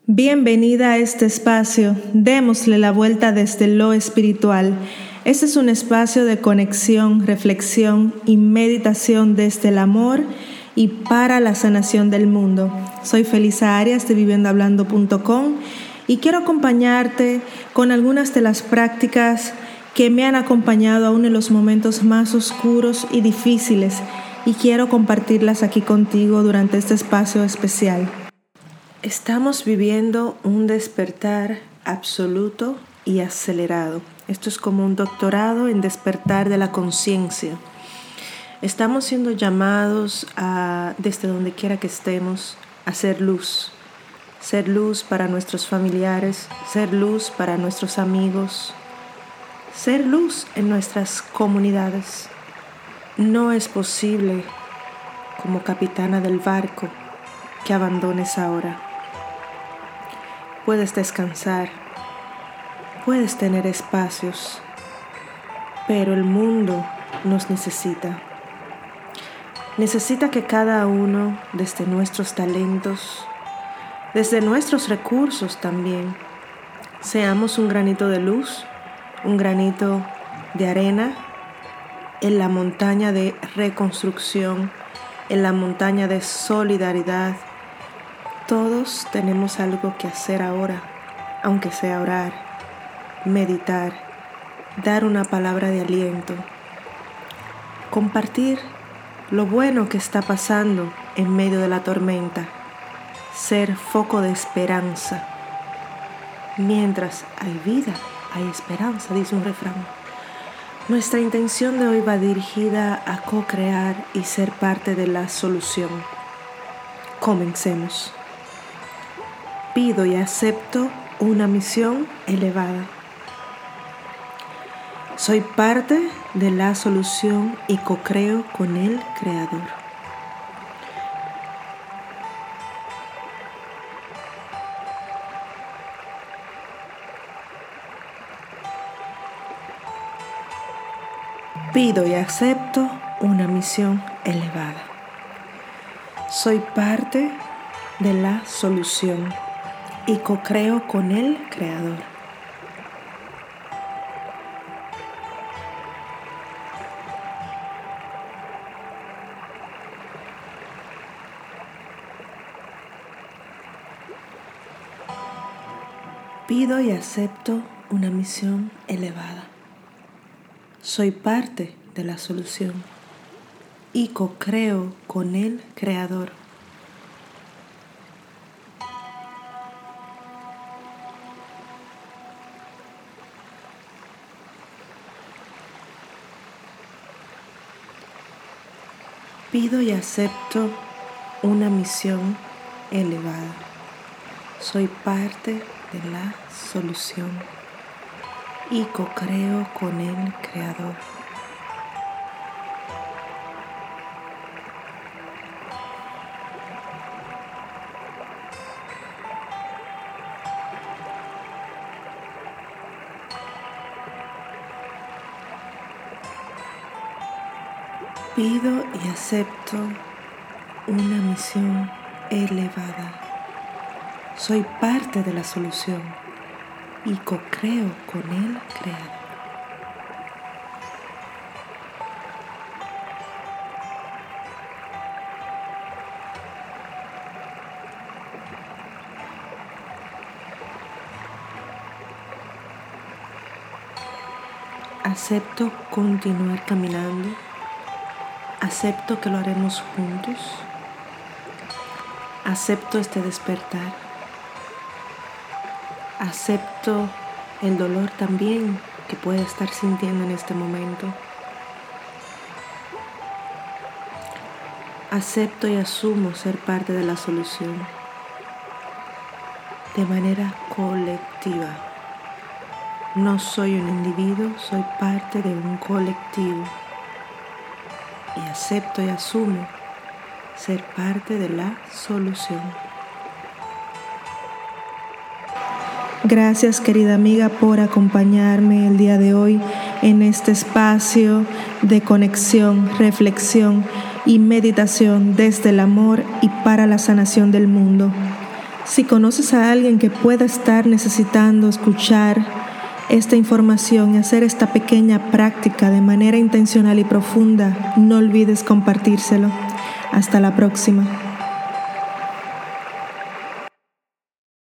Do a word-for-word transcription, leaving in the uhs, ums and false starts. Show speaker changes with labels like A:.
A: Bienvenida a este espacio, démosle la vuelta desde lo espiritual. Este es un espacio de conexión, reflexión y meditación desde el amor y para la sanación del mundo. Soy Felisa Arias de viviendo hablando punto com y quiero acompañarte con algunas de las prácticas que me han acompañado aún en los momentos más oscuros y difíciles y quiero compartirlas aquí contigo durante este espacio especial. Estamos viviendo un despertar absoluto y acelerado. Esto es como un doctorado en despertar de la conciencia. Estamos siendo llamados a, desde donde quiera que estemos, a ser luz. Ser luz para nuestros familiares, ser luz para nuestros amigos, ser luz en nuestras comunidades. No es posible, como capitana del barco, que abandones ahora. Puedes descansar, puedes tener espacios, pero el mundo nos necesita. Necesita que cada uno, desde nuestros talentos, desde nuestros recursos también, seamos un granito de luz, un granito de arena en la montaña de reconstrucción, en la montaña de solidaridad. Todos tenemos algo que hacer ahora, aunque sea orar, meditar, dar una palabra de aliento, compartir lo bueno que está pasando en medio de la tormenta, ser foco de esperanza. Mientras hay vida, hay esperanza, dice un refrán. Nuestra intención de hoy va dirigida a co-crear y ser parte de la solución. Comencemos. Pido y acepto una misión elevada. Soy parte de la solución y co-creo con el Creador. Pido y acepto una misión elevada. Soy parte de la solución y co-creo con el Creador. Pido y acepto una misión elevada. Soy parte de la solución y co-creo con el Creador. Pido y acepto una misión elevada. Soy parte de la solución y co-creo con el Creador. Pido y acepto una misión elevada. Soy parte de la solución y co-creo con el Creador. Acepto continuar caminando. Acepto que lo haremos juntos. Acepto este despertar. Acepto el dolor también que pueda estar sintiendo en este momento. Acepto y asumo ser parte de la solución de manera colectiva. No soy un individuo, soy parte de un colectivo. Y acepto y asumo ser parte de la solución. Gracias, querida amiga, por acompañarme el día de hoy en este espacio de conexión, reflexión y meditación desde el amor y para la sanación del mundo. Si conoces a alguien que pueda estar necesitando escuchar esta información y hacer esta pequeña práctica de manera intencional y profunda, no olvides compartírselo. Hasta la próxima.